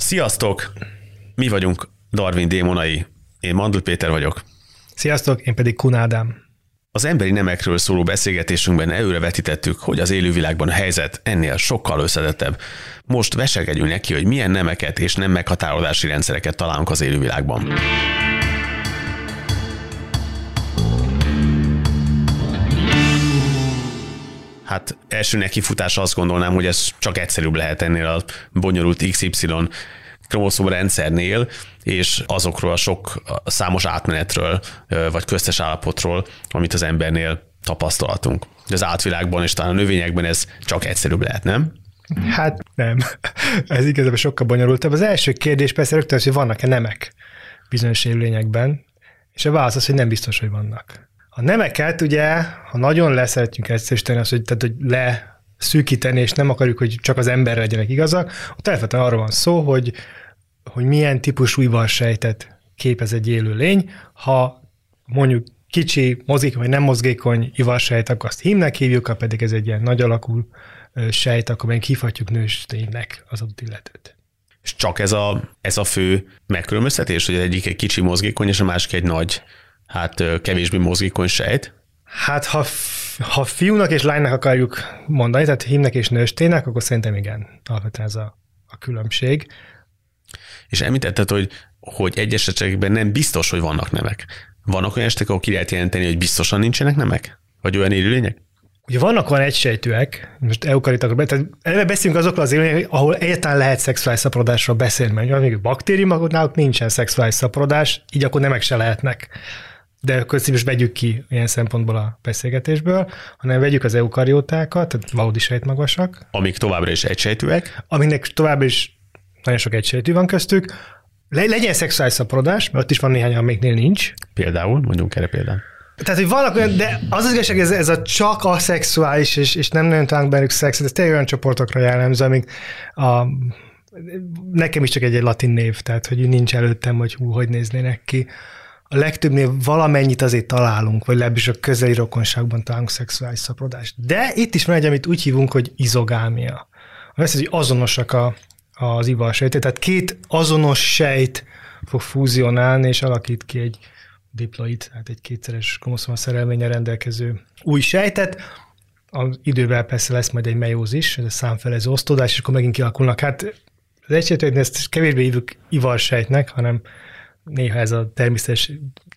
Sziasztok! Mi vagyunk Darwin démonai. Én Mandl Péter vagyok. Sziasztok, én pedig Kun Ádám. Az emberi nemekről szóló beszélgetésünkben előrevetítettük, hogy az élővilágban a helyzet ennél sokkal összetettebb. Most veselkedjünk neki, hogy milyen nemeket és nem meghatározási rendszereket találunk az élővilágban. Hát első nekifutásra azt gondolnám, hogy ez csak egyszerűbb lehet ennél a bonyolult XY kromoszóm rendszernél, és azokról a sok számos átmenetről, vagy köztes állapotról, amit az embernél tapasztalhatunk. De az átvilágban és talán a növényekben ez csak egyszerűbb lehet, nem? Hát nem. Ez igazából sokkal bonyolultabb. Az első kérdés persze rögtön az, hogy vannak-e nemek bizonyos élőlényekben, és a válasz az, hogy nem biztos, hogy vannak. A nemeket ugye, ha nagyon leszeretjük egyszerűsíteni azt, hogy leszűkíteni, és nem akarjuk, hogy csak az emberre legyenek igazak, ott elfetlen arról van szó, hogy milyen típusú ivarsejtet képez egy élőlény. Ha mondjuk kicsi, mozgékony vagy nem mozgékony ivarsejt, akkor azt hímnek hívjuk, ha pedig ez egy ilyen nagy alakú sejt, akkor még hívhatjuk nősténynek az adott illetőt. És csak ez a fő megkülönböztetés, hogy egyik egy kicsi mozgékony, és a másik egy nagy, kevésbé mozgékony sejt? Hát ha fiúnak és lánynak akarjuk mondani, tehát hímnek és nősténynek, akkor szerintem igen, alapvetően ez a különbség. És említetted, hogy egyes esetekben nem biztos, hogy vannak nemek. Vannak olyan esetek, ahol ki lehet jelenteni, hogy biztosan nincsenek nemek? Vagy olyan élőlények? Ugye vannak olyan egysejtűek, most eukaritakról, tehát eleve beszélünk azokról az élőlények, ahol egyáltalán lehet szexuális szaporodásról beszélni, mert még baktériumok, náluk nincsen szexuális szaporodás, így akkor nemek se lehetnek. De akkor most vegyük ki ilyen szempontból a beszélgetésből, hanem vegyük az eukariótákat, tehát valódi sejtmagasak. Amik továbbra is egysejtűek. Aminek továbbra is nagyon sok egysejtű van köztük. Legyen szexuális szaporodás, mert ott is van néhány, amiknél nincs. Például, mondjunk erre példát. Tehát, hogy vannak olyan, de az igazság, ez a csak a szexuális, és nem nagyon találunk bennük szexet, ez tényleg olyan csoportokra jellemző, amik nekem is csak egy latin név, tehát hogy nincs előttem, hogy néznének ki. A legtöbbnél valamennyit azért találunk, vagy legalábbis a közeli rokonságban találunk szexuális szaporodást. De itt is van egy, amit úgy hívunk, hogy izogámia. Azt hogy azonosak az ivarsejtek, tehát két azonos sejt fog fúzionálni, és alakít ki egy diploid, tehát egy kétszeres kromoszoma szerelménnyel rendelkező új sejtet. Az idővel persze lesz majd egy meiózis, ez a számfelező osztódás, és akkor megint kialakulnak. Hát az egysejtőknél ezt kevésbé hívjuk ivarsejtnek, hanem néha ez a természetes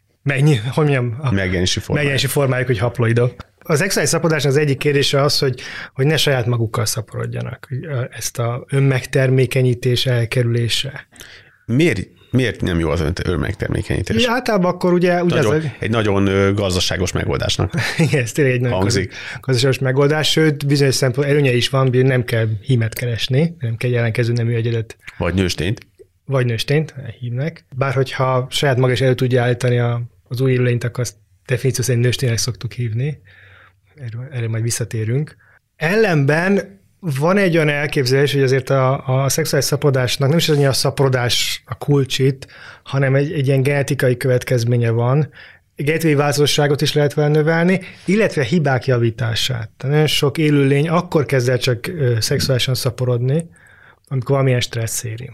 megjelenési formájuk, hogy haploidok. Az szexuális szaporodásnak az egyik kérdése az, hogy ne saját magukkal szaporodjanak. Ezt a önmegtermékenyítés elkerülése. Miért nem jó az önmegtermékenyítés? Általában akkor ugye egy nagyon gazdaságos megoldásnak. Igen, ez tényleg egy nagyon gazdaságos megoldás, sőt, bizonyos szempontból előnye is van, hogy nem kell hímet keresni, nem kell jelentkező nemű egyedet. Vagy nőstényt, hívnek. Bár hogyha saját maga is elő tudja állítani az új élőlényt, akkor azt definíció szerint nősténynek szoktuk hívni. Erről majd visszatérünk. Ellenben van egy olyan elképzelés, hogy azért a szexuális szaporodásnak nem is annyira a szaporodás a kulcsit, hanem egy ilyen genetikai következménye van. Genetikai változatosságot is lehet vele növelni, illetve a hibák javítását. Tehát nagyon sok élőlény akkor kezd el csak szexuálisan szaporodni, amikor valamilyen stressz éri.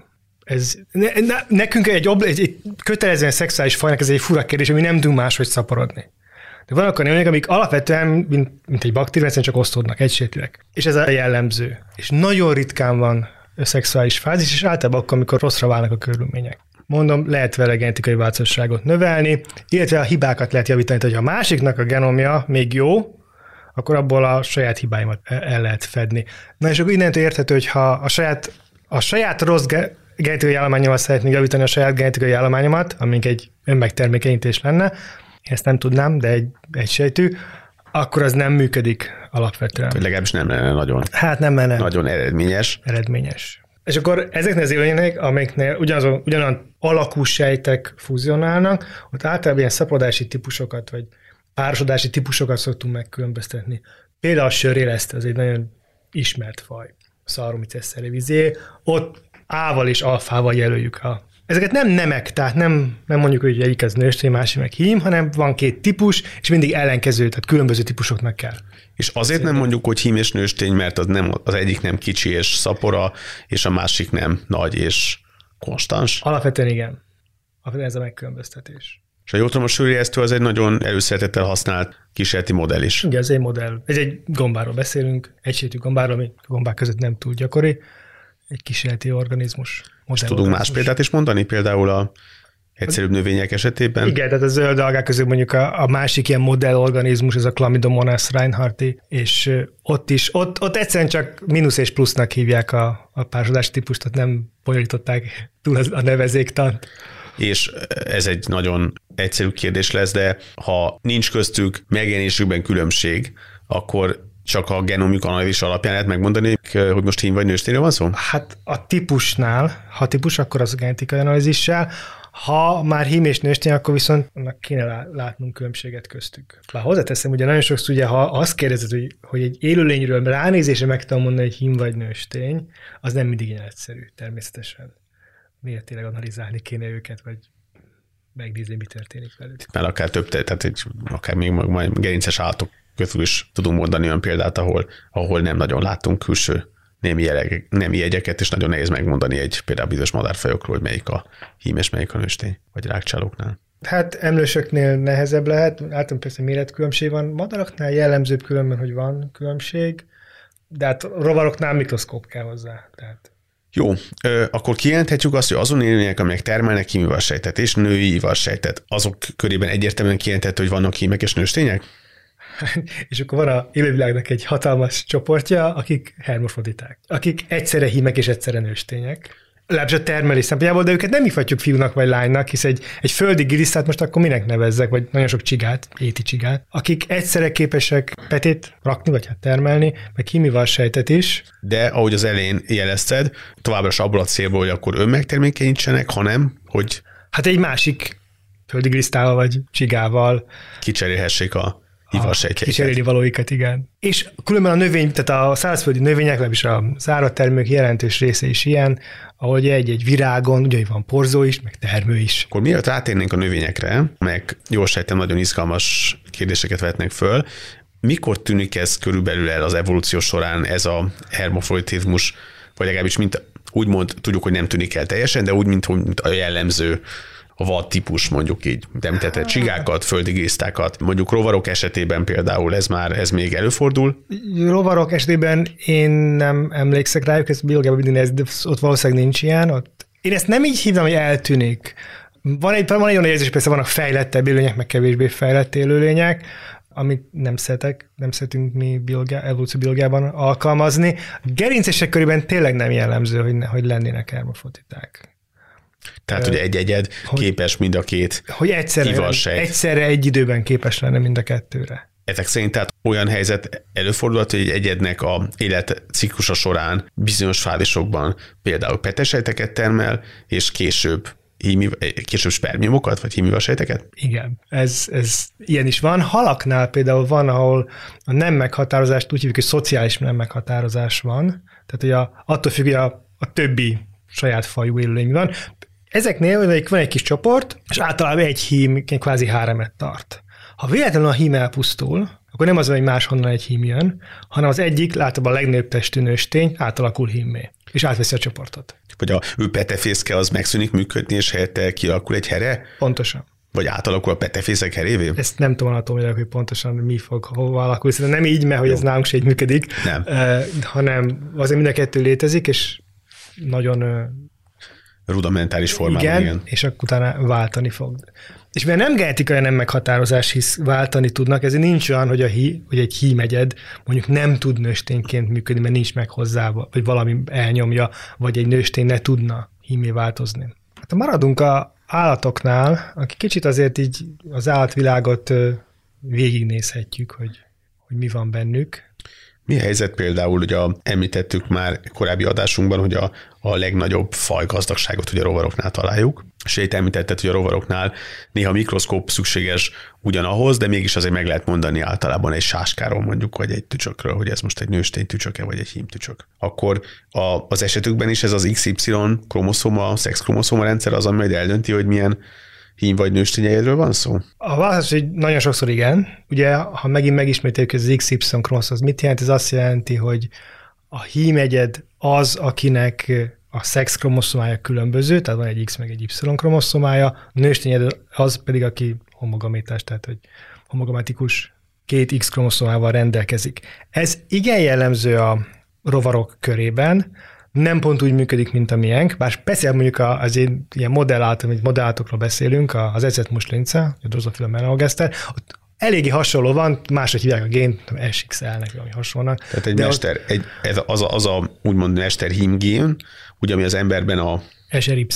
Nekünk egy kötelezően szexuális fajnak ez egy fura kérdés, ami nem tudunk máshogy szaporodni. De vannak olyan élőlények, amik alapvetően, mint egy baktérium, egyszerűen csak osztódnak, egysejtűek. És ez a jellemző. És nagyon ritkán van szexuális fázis, és általában akkor, amikor rosszra válnak a körülmények. Mondom, lehet vele genetikai változatosságot növelni, illetve a hibákat lehet javítani, hogy ha a másiknak a genomja még jó, akkor abból a saját hibáimat el lehet fedni. Na és akkor innentől érthető, hogy ha a saját rossz genetikai állományomat szeretnék javítani a saját genetikai állományomat, amink egy önmegtermékenyítés lenne, ezt nem tudnám, de egy sejtű, akkor az nem működik alapvetően. Legalábbis nem lenne nagyon. Hát nem lenne. Nagyon eredményes. És akkor ezeknél az élőlényeknek, amiknél ugyanolyan alakú sejtek fúzionálnak, ott általában ilyen szaporodási típusokat, vagy párosodási típusokat szoktunk megkülönböztetni. Például a sörélesztő, az egy nagyon ismert faj, a Saccharomyces cerevisiae. Ott A-val és alfával jelöljük ezeket nem nemek, tehát nem mondjuk, hogy egyik az nőstény, másik meg hím, hanem van két típus, és mindig ellenkező, tehát különböző típusoknak kell. És azért nem mondjuk, hogy hím és nőstény, mert az egyik nem kicsi és szapora, és a másik nem nagy és konstans? Alapvetően igen. Ez a megkülönböztetés. És ha jól tudom, a sűrűjesztő az egy nagyon előszeretettel használt kísérleti modell is. Igen, ez egy modell. Ez egy gombáról beszélünk, egysétű gombáról, ami gombák között nem túl gyakori. Egy kísérleti organizmus. És tudunk más példát is mondani? Például a egyszerűbb növények esetében? Igen, tehát a zöld algák közül mondjuk a másik ilyen modellorganizmus, ez a Chlamydomonas reinhardti, és ott egyszerűen csak mínusz és plusznak hívják a párosodás típust, tehát nem bonyolították túl a nevezéktant. És ez egy nagyon egyszerű kérdés lesz, de ha nincs köztük megjelenésükben különbség, akkor csak a genomjuk analízis alapján lehet megmondani, hogy most hím vagy nőstényről van szó? Hát a típusnál, ha típus, akkor az a genetikai analízissel, ha már hím és nőstény, akkor viszont annak kéne látnunk különbséget köztük. Bár hozzáteszem, ugye nagyon sokszor, ugye, ha azt kérdezed, hogy egy élőlényről ránézésre meg tudom mondani, hogy hím vagy nőstény, az nem mindig ilyen egyszerű, természetesen. Miért tényleg analizálni kéne őket, vagy megnézni, mi történik velük. Mert akár több, tehát akár még majd gerinces állatok közül is tudunk mondani olyan példát, ahol nem nagyon látunk külső némi jegyeket, és nagyon nehéz megmondani például bizonyos madárfajokról, hogy melyik a hím és melyik a nőstény, vagy rákcsálóknál. Hát emlősöknél nehezebb lehet, általában persze méretkülönbség van, madaraknál jellemzőbb különben, hogy van különbség, de hát rovaroknál mikroszkóp kell hozzá. Tehát. Jó, akkor kijelenthetjük azt, hogy azon élőlények, amelyek termelnek hímivarsejtet és női ivarsejtet, azok körében egyértelműen kijelenthető, hogy vannak hímek és nőstények? És akkor van a élővilágnak egy hatalmas csoportja, akik hermafroditák, akik egyszerre hímek és egyszerre nőstények. Legalábbis a termelés szempontjából, de őket nem hívhatjuk fiúnak vagy lánynak, hisz egy földi gilisztát most akkor minek nevezzek, vagy nagyon sok csigát, éti csigát, akik egyszerre képesek petét rakni, vagy hát termelni, meg hímivarsejtet is. De ahogy az elején jelezted, továbbra is abból a célból, hogy akkor önmegtermékenyítsenek, hanem, hogy hát egy másik földi gilisztával vagy csigával kicserélhessék a ivarsejtjeiket. Kicserélni valóikat, igen. És különben a növény, tehát a szárazföldi növények, legalábbis a zárattermők jelentős része is ilyen, ahogy egy virágon, ugye van porzó is, meg termő is. Akkor mielőtt rátérnénk a növényekre, meg jól sejtem nagyon izgalmas kérdéseket vetnek föl, mikor tűnik ez körülbelül el az evolúció során ez a hermafroditizmus, vagy legalábbis úgymond tudjuk, hogy nem tűnik el teljesen, de úgy, mint a jellemző a vad típus, mondjuk így, említette csigákat, földi gilisztákat, mondjuk rovarok esetében például ez még előfordul? Rovarok esetében én nem emlékszek rájuk, ez biológiában mindig de ott valószínűleg nincs ilyen. Én ezt nem így hívnám, hogy eltűnik. Van egy olyan érzés, persze vannak fejlettebb élőlények, meg kevésbé fejlett élőlények, amit nem szeretünk mi evolúcióbiológiában alkalmazni. Gerincesek körében tényleg nem jellemző, hogy lennének hermafroditák. Tehát, hogy egy egyed képes mind a két ivarsejt. Egyszerre egy időben képes lenne mind a kettőre. Ezek szerint tehát olyan helyzet előfordulhat, hogy egy egyednek a életciklusa során bizonyos fázisokban például petesejteket termel, és később spermiumokat, vagy hímivarsejteket? Igen, ez ilyen is van. Halaknál például van, ahol a nem meghatározást úgy hívjuk, hogy szociális nem meghatározás van. Tehát, hogy attól függ, hogy a többi saját fajú élőlény van. Ezeknél van egy kis csoport, és általában egy hím kvázi háremet tart. Ha véletlenül a hím elpusztul, akkor nem az, hogy máshonnan egy hím jön, hanem az egyik, általában a legnagyobb testű nőstény átalakul hímmé, és átveszi a csoportot. Vagy ő petefészke az megszűnik működni, és helyette kialakul egy here? Pontosan. Vagy átalakul a petefészek herévé? Ezt nem tudom anatomiailag, hogy pontosan mi fog hova alakulni. Szerintem nem így, mert hogy ez nálunk se így működik, hanem azért mind a kettő létezik, és nagyon rudimentáris formában. Igen, és akkor utána váltani fog. És mivel nem genetikai nem meghatározás, hisz váltani tudnak, ezért nincs olyan, hogy egy hímegyed mondjuk nem tud nőstényként működni, mert nincs meg hozzá, vagy valami elnyomja, vagy egy nőstény ne tudna hímé változni. Hát maradunk a állatoknál, aki kicsit azért így az állatvilágot végignézhetjük, hogy mi van bennük. Mi a helyzet például, ugye említettük már korábbi adásunkban, hogy a legnagyobb fajgazdagságot ugye a rovaroknál találjuk, és itt említetted, hogy a rovaroknál néha mikroszkóp szükséges ugyanahhoz, de mégis azért meg lehet mondani általában egy sáskáról mondjuk, vagy egy tücsökről, hogy ez most egy nőstény tücsöke, vagy egy hím tücsök. Akkor az esetükben is ez az XY kromoszóma, szex-kromoszóma rendszer az, ami majd eldönti, hogy milyen hím vagy nőstényegyedről van szó? A válasz, hogy nagyon sokszor igen. Ugye, ha megint megismételjük, hogy az XY kromoszóm az mit jelent, ez azt jelenti, hogy a hímegyed az, akinek a szex kromoszomája különböző, tehát van egy X meg egy Y kromoszomája, a nőstény az pedig, aki homogamétás, tehát hogy homogramatikus 2 X kromoszomával rendelkezik. Ez igen jellemző a rovarok körében, nem pont úgy működik, mint a miénk, bár speciál mondjuk az ilyen modellállatokról beszélünk, az ecetmuslinca, a Drosophila melanogaster, ott eléggé hasonló van, máshogy hívják a gént, SXL-nek, ami hasonlónak. Tehát egy mester, az a úgymond mesterhímgén, ugye ami az emberben a SRY,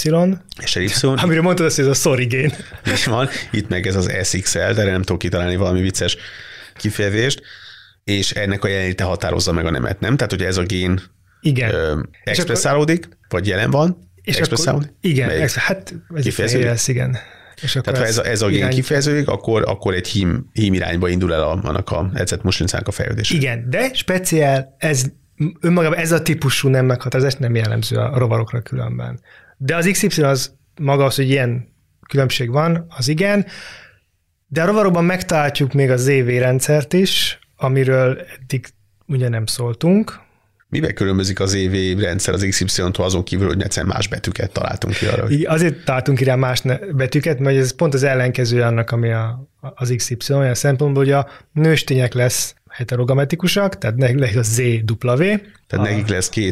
amiről mondtad azt, hogy ez a sorry gén. És van, itt meg ez az SXL, de nem tudok kitalálni valami vicces kifejezést, és ennek a jelenléte határozza meg a nemet, nem? Tehát, hogy ez a gén expresszálódik, vagy jelen van, expresszálódik? Igen, hát ez kifejeződik, igen. És tehát ha ez a gén kifejeződik, akkor egy hím irányba indul el annak a ecetmuslincának a fejlődése. Igen, de speciál önmagában ez a típusú nem meghatározás nem jellemző a rovarokra különben. De az XY az maga az, hogy ilyen különbség van, az igen, de a rovarokban megtaláljuk még a ZV rendszert is, amiről eddig ugye nem szóltunk. Mivel különbözik az EV rendszer az XY-tól azon kívül, hogy egyszerűen más betűket találtunk ki arra? Azért találtunk ki rá más betűket, mert ez pont az ellenkező annak, ami az XY, olyan szempontból, hogy a nőstények lesz heterogametikusak, tehát nekik lesz ZW. Tehát nekik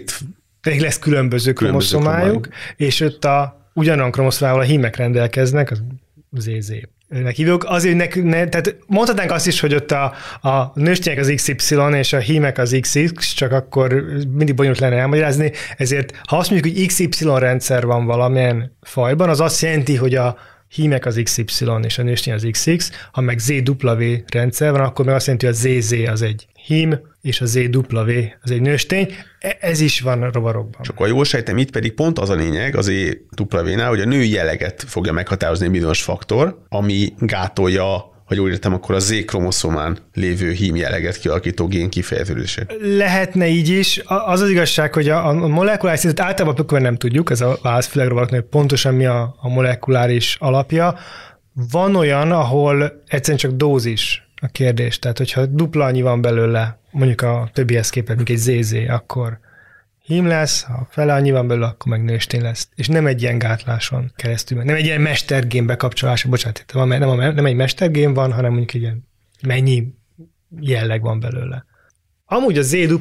lesz különböző kromoszomájuk, és ott ugyanolyan kromoszomával a hímek rendelkeznek, az ZZ. Hívjuk. Azért, tehát mondhatnánk azt is, hogy ott a nőstények az XY és a hímek az XX, csak akkor mindig bonyolult lenne elmagyarázni, ezért ha azt mondjuk, hogy XY rendszer van valamilyen fajban, az azt jelenti, hogy a hímek az XY és a nőstény az XX, ha meg ZW rendszer van, akkor meg azt jelenti, hogy a ZZ az egy hím, és a ZW az egy nőstény. Ez is van a rovarokban. Csak a jól sejtem, itt pedig pont az a lényeg az EW-nál, hogy a női jelleget fogja meghatározni egy bizonyos faktor, ami gátolja, ha jól értem, akkor a Z-kromoszomán lévő hím jelleget kialakító gén kifejeződését. Lehetne így is. Az az igazság, hogy a molekuláris szintet általában nem tudjuk, ez a válasz főleg rovaroknak, hogy pontosan mi a molekuláris alapja. Van olyan, ahol egyszerűen csak dózis a kérdés. Tehát, hogyha dupla annyi van belőle, mondjuk a többihez képest, mint egy ZZ, akkor hím lesz, ha fele annyi van belőle, akkor meg nőstény lesz. És nem egy ilyen gátláson keresztül, nem egy ilyen mestergén bekapcsolása, bocsánat, nem egy mestergén van, hanem mondjuk egy ilyen mennyi jelleg van belőle. Amúgy a ZW,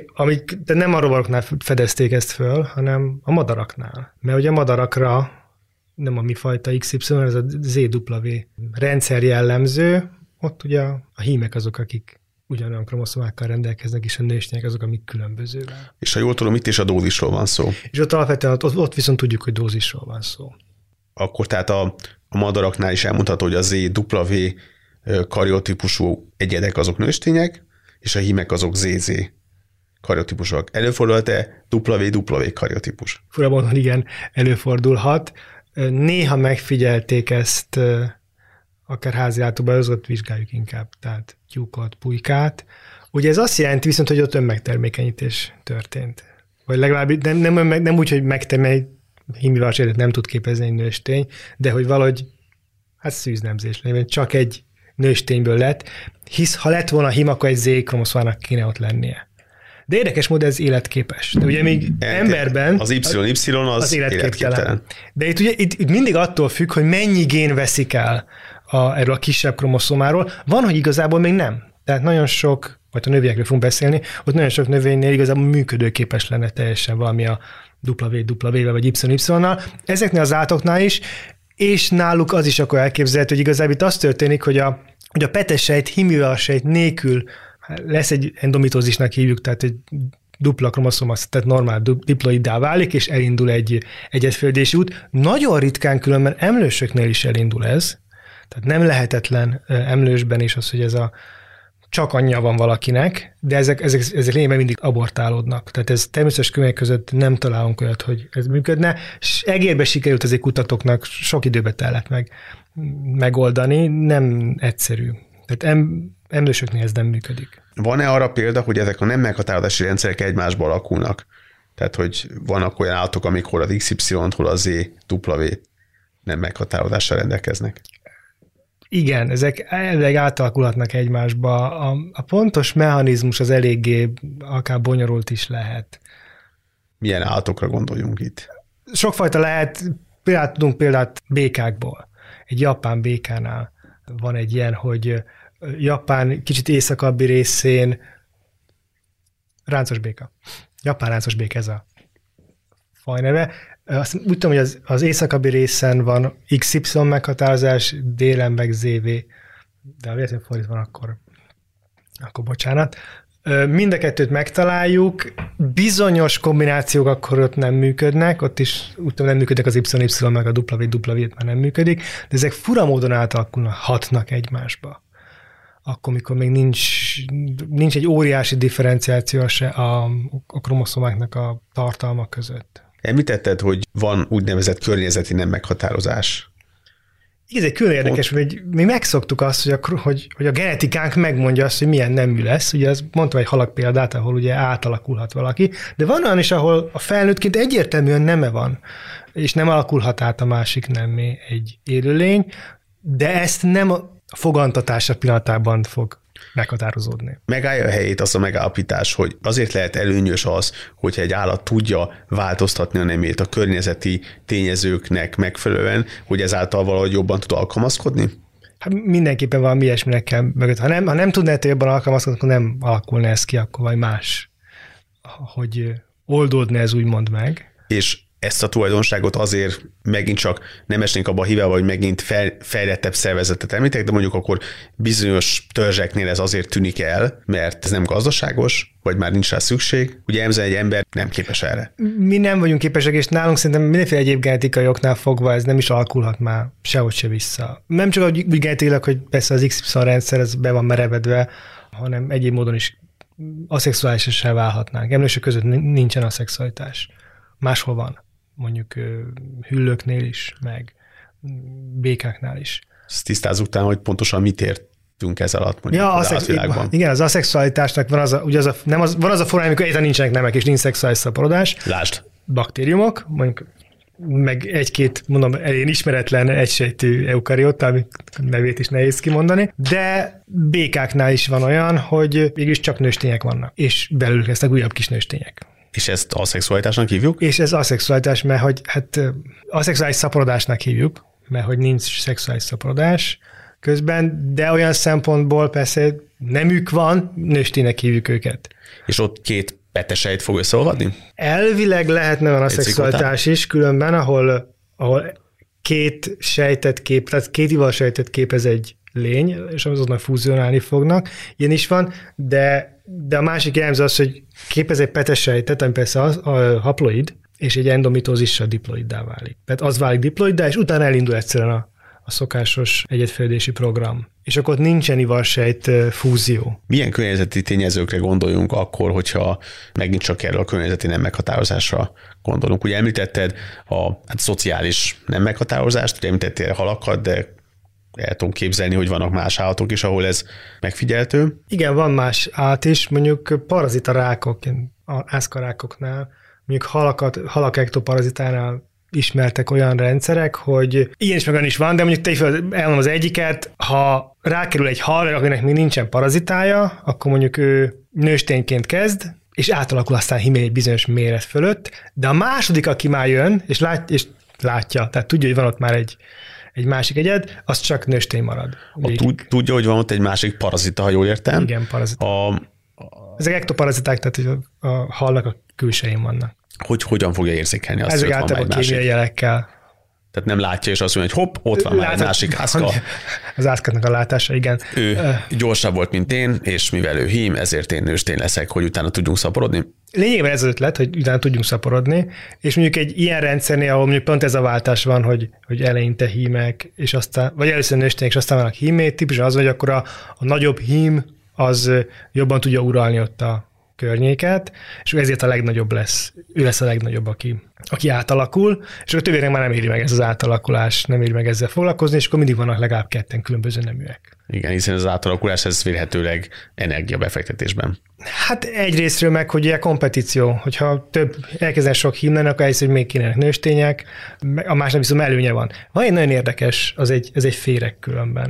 de nem a rovaroknál fedezték ezt föl, hanem a madaraknál. Mert ugye a madarakra nem a mi fajta XY, ez a ZW rendszer jellemző, ott ugye a hímek azok, akik ugyanolyan kromoszomákkal rendelkeznek, és a nőstények azok, amik különbözővel. És ha jól tudom, itt is a dózisról van szó. És ott alapvetően ott viszont tudjuk, hogy dózisról van szó. Akkor tehát a madaraknál is elmondható, hogy a ZW kariotípusú egyedek azok nőstények, és a hímek azok ZZ kariotípusok. Előfordulhat-e WW kariotípus? Fura mondom, igen, előfordulhat. Néha megfigyelték ezt, akár háziállatokban, azokat vizsgáljuk inkább, tehát tyúkot, pulykát. Ugye ez azt jelenti viszont, hogy ott önmegtermékenyítés történt. Vagy legalább nem úgy, hogy hímvilágosértet nem tud képezni egy nőstény, de hogy valahogy szűznemzés legyen, csak egy nőstényből lett, hisz ha lett volna hím, akkor egy Z-kromoszómának kéne ott lennie. De érdekes módon ez életképes. De ugye még emberben az YY az életképtelen. De itt mindig attól függ, hogy mennyi gén veszik el erről a kisebb kromoszomáról. Van, hogy igazából még nem. Tehát nagyon sok, vagy a növényekről fogunk beszélni, ott nagyon sok növénynél igazából működőképes lenne teljesen valami a WW-vel vagy YY-nal. Ezeknél az állatoknál is, és náluk az is akkor elképzelhető, hogy igazából itt az történik, hogy a petesejt, hímvilágosejt nélkül lesz egy endomitózisnak hívjuk, tehát egy dupla kromoszoma, tehát normál diploiddá válik, és elindul egy egyedföldési út. Nagyon ritkán különben emlősöknél is elindul ez, tehát nem lehetetlen emlősben is az, hogy ez csak anyja van valakinek, de ezek lényegben mindig abortálódnak. Tehát ez természetes körülmények között nem találunk olyat, hogy ez működne, és egérbe sikerült azért kutatóknak, sok időbe tellett megoldani, nem egyszerű. Tehát emlősöknél ez nem működik. Van-e arra példa, hogy ezek a nem meghatározási rendszerek egymásba alakulnak? Tehát, hogy vannak olyan állatok, amikor az XY-tól az ZW nem meghatározással rendelkeznek? Igen, ezek elvileg átalakulhatnak egymásba. A pontos mechanizmus az eléggé akár bonyolult is lehet. Milyen állatokra gondoljunk itt? Sokfajta lehet, tudunk példát békákból. Egy japán békánál van egy ilyen, hogy Japán kicsit északabbi részén ráncos béka. Japán ráncos béka ez a fajneve. Azt úgy tudom, hogy az északabbi részen van XY meghatározás, délen meg ZV, de ha véletlenül fordítva van, akkor bocsánat. Mind a kettőt megtaláljuk, bizonyos kombinációk akkor ott nem működnek, ott is úgy tudom, nem működnek az YY, meg a WW már nem működik, de ezek fura módon átalakulhatnak egymásba. Akkor, mikor még nincs egy óriási differenciáció a kromoszomáknak a tartalma között. Említetted, hogy van úgynevezett környezeti nem meghatározás. Ez egy külön érdekes, hogy mi megszoktuk azt, hogy a genetikánk megmondja azt, hogy milyen nemű lesz. Ugye mondtam egy halak példát, ahol ugye átalakulhat valaki, de van olyan is, ahol a felnőttként egyértelműen neme van, és nem alakulhat át a másik nemmé egy élőlény, de ezt nem a fogantatása pillanatában fog meghatározódni. Megállja a helyét az a megállapítás, hogy azért lehet előnyös az, hogyha egy állat tudja változtatni a nemét a környezeti tényezőknek megfelelően, hogy ezáltal valahogy jobban tud alkalmazkodni? Hát mindenképpen valami ilyesminek kell mögött. Ha nem tudná jobban alkalmazkodni, akkor nem alakulna ez ki, akkor vagy más, hogy oldódna ez úgymond meg. És ezt a tulajdonságot azért megint csak nem esnénk abba a hibába, hogy megint fejlettebb szervezetet említek, de mondjuk akkor bizonyos törzseknél ez azért tűnik el, mert ez nem gazdaságos, vagy már nincs rá szükség. Ugye egy ember nem képes erre. Mi nem vagyunk képesek, és nálunk szerintem mindenféle egyéb genetikai oknál fogva ez nem is alakulhat már sehogy se vissza. Nem csak úgy genetikailag, hogy persze az XY rendszer ez be van merevedve, hanem egyéb módon is aszexuálisra válhatnánk. Emlősök között nincsen aszexualitás. Máshol van. Mondjuk hüllőknél is, meg békáknál is. Ezt tisztázzuk után, hogy pontosan mit értünk ez alatt mondjuk az állatvilágban. Igen, az aszexualitásnak van az a formája, amikor egyáltalán nincsenek nemek, és nincs szexuális szaporodás. Lásd. Baktériumok, mondjuk meg egy-két, mondom, elég ismeretlen egysejtű eukarióta, ami nevét is nehéz kimondani, de békáknál is van olyan, hogy mégis csak nőstények vannak, és belőlük lesznek újabb kis nőstények. És ezt aszexualitásnak hívjuk? És ez aszexualitás, mert hogy aszexuális szaporodásnak hívjuk, mert hogy nincs szexuális szaporodás közben, de olyan szempontból persze nemük van, nősténynek hívjuk őket. És ott két petesejt fog összeolvadni? Elvileg lehetne van aszexualitás is, különben, ahol két sejtet tehát két ivalsejtet képez egy lény, és azonnal fúzionálni fognak. Ilyen is van, de a másik jellemző az, hogy képez egy petesejtet, ami persze a haploid, és egy endomitózissal diploiddá válik. Tehát az válik diploiddá, és utána elindul egyszerűen a szokásos egyedfejlődési program. És akkor ott nincsen ivalsejt fúzió. Milyen környezeti tényezőkre gondoljunk akkor, hogyha megint csak erről a környezeti nem meghatározásra gondolunk? Ugye említetted a szociális nem meghatározást, ugye említettél halakat, de el tudom képzelni, hogy vannak más állatok is, ahol ez megfigyelhető. Igen, van más állat is, mondjuk parazita rákok, ászkarákoknál, mondjuk halak ektoparazitánál ismertek olyan rendszerek, hogy ilyen is meg olyan is van, de mondjuk elmondom az egyiket, ha rákerül egy hal, akinek még nincsen parazitája, akkor mondjuk ő nőstényként kezd, és átalakul aztán hímén egy bizonyos méret fölött, de a második, aki már jön, és látja, tehát tudja, hogy van ott már egy másik egyed, az csak nőstény marad. Tudja, hogy van ott egy másik parazita, ha jól értem. Igen, parazita. Ezek ektoparaziták, tehát a halnak a külsején vannak. Hogyan fogja érzékelni azt, hogy ott van egy másik? Kémiai jelekkel. Tehát nem látja, és azt mondja, hogy hopp, ott van már egy másik ászka. Az ászkatnak a látása, igen. Ő gyorsabb volt, mint én, és mivel ő hím, ezért én nőstény leszek, hogy utána tudjunk szaporodni. Lényegében ez az ötlet, hogy utána tudjunk szaporodni, és mondjuk egy ilyen rendszernél, ahol mondjuk pont ez a váltás van, hogy eleinte hímek, és aztán, vagy először nőstények, és aztán vannak hímét, típusan az, hogy akkor a nagyobb hím az jobban tudja uralni ott a környéket, és ezért a legnagyobb lesz. Ő lesz a legnagyobb, aki átalakul, és a többieknek már nem éri meg ez az átalakulás, nem éri meg ezzel foglalkozni, és akkor mindig vannak legalább ketten különböző neműek. Igen, hiszen az átalakulás ez vélhetőleg energiabefektetésben. Hát egyrésztről meg, hogy ilyen kompetíció, hogyha elkezden sok hím lenne, akkor egyrészt, hogy még kéne nőstények, a másnak viszont előnye van. Van egy nagyon érdekes, ez egy féreg különben.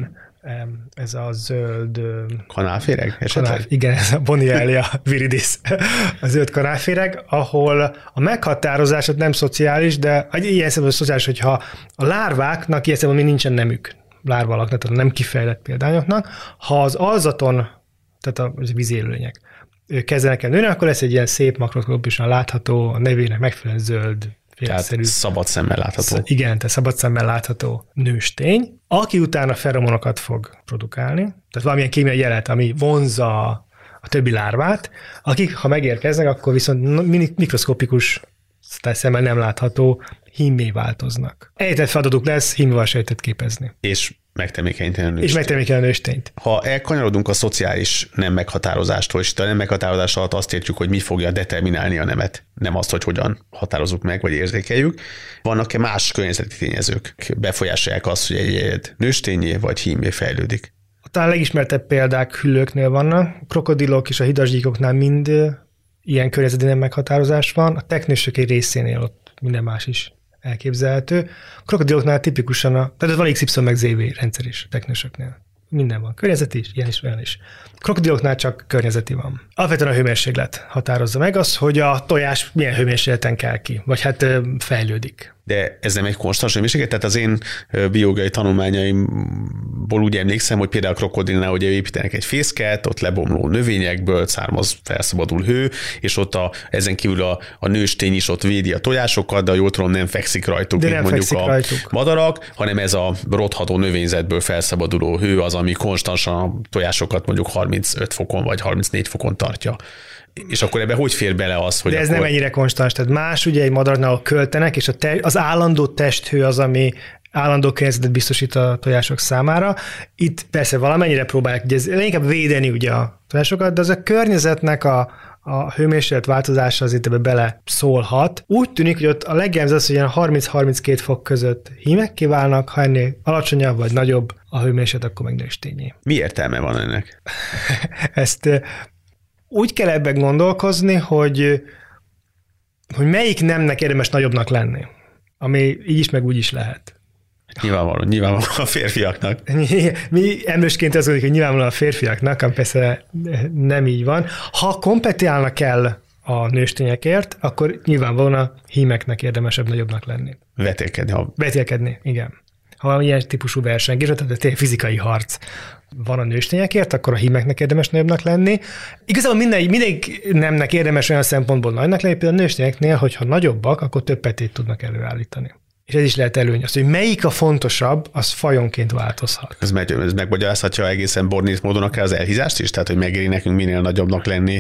ez a zöld... Kanálféreg esetleg? Igen, ez a Bonialia viridis, a zöld kanálféreg, ahol a meghatározásod nem szociális, de ilyen szemben szociális, hogyha a lárváknak ilyen szemben még nincsen nemük, lárvalaknak, tehát nem kifejlett példányoknak, ha az alzaton, tehát a vízélőlények kezdenek el nőni, akkor lesz egy ilyen szép makroszkópikusan látható, a nevének megfelelően zöld, tehát szabad szemmel látható. Igen, tehát szabad szemmel látható nőstény, aki utána feromonokat fog produkálni, tehát valamilyen kémiai jelet, ami vonzza a többi lárvát, akik, ha megérkeznek, akkor viszont mikroszkopikus szemmel nem látható hímmé változnak. Egyetlen feladatuk lesz hímmival sejtet képezni. És megtermékenyíteni a nőstényt. És megtermékenyíteni a nőstényt. Ha elkanyarodunk a szociális nem meghatározástól, és itt a nem meghatározás alatt azt értjük, hogy mi fogja determinálni a nemet, nem azt, hogy hogyan határozzuk meg, vagy érzékeljük. Vannak-e más környezeti tényezők, befolyásolják azt, hogy egy nőstényé vagy hímmé fejlődik? Talán a legismertebb példák hüllőknél vannak, a krokodilok és a hidagygyíkoknál mind ilyen környezeti nem meghatározás van, a teknősök egy részénél ott minden más is elképzelhető. A krokodiloknál tipikusan tehát van XY meg ZV rendszer is a teknősöknél. Minden van. Környezeti is, ilyen is, olyan is. A krokodiloknál csak környezeti van. Alapvetően a hőmérséklet határozza meg az, hogy a tojás milyen hőmérsékleten kell ki, vagy hát fejlődik. De ez nem egy konstans hőmérséklet? Tehát az én biológiai tanulmányaimból úgy emlékszem, hogy például a krokodilnál ugye építenek egy fészket, ott lebomló növényekből származ, felszabadul hő, és ott ezen kívül a nőstény is ott védi a tojásokat, de jól tudom, nem fekszik rajtuk, mint mondjuk a madarak, hanem ez a rotható növényzetből felszabaduló hő az, ami konstansan a tojásokat mondjuk 35 fokon vagy 34 fokon tartja. És akkor ebbe hogy fér bele az, hogy de ez akkor... nem ennyire konstans, tehát más ugye egy madarnál költenek, és az állandó testhő az, ami állandó környezetet biztosít a tojások számára. Itt persze valamennyire próbálják, ugye ez inkább védeni ugye a tojásokat, de az a környezetnek a hőmérséklet változása azért ebbe bele szólhat. Úgy tűnik, hogy ott a legjellemző az, hogy ilyen 30-32 fok között hímek kiválnak, ha ennél alacsonyabb vagy nagyobb a hőmérséklet, akkor meg nőstényé. Mi értelme van ennek? Ezt úgy kell ebben gondolkozni, hogy melyik nemnek érdemes nagyobbnak lenni, ami így is, meg úgy is lehet. Nyilvánvalóan a férfiaknak. Mi emlősként azt gondoljuk, hogy nyilvánvalóan a férfiaknak, ami persze nem így van. Ha kompetálnak el a nőstényekért, akkor nyilvánvalóan a hímeknek érdemesebb nagyobbnak lenni. Vetélkedni, igen. Ha ilyen típusú versengés, tehát tényleg fizikai harc van a nőstényekért, akkor a hímeknek érdemes nagyobbnak lenni. Igazából mindegyik nemnek érdemes olyan szempontból nagynak lenni, például a nőstényeknél, hogyha nagyobbak, akkor több petét tudnak előállítani. És ez is lehet előny. Az, hogy melyik a fontosabb, az fajonként változhat. Ez megmagyarázhatja egészen bornét módon akár az elhízást is? Tehát, hogy megéri nekünk minél nagyobbnak lenni.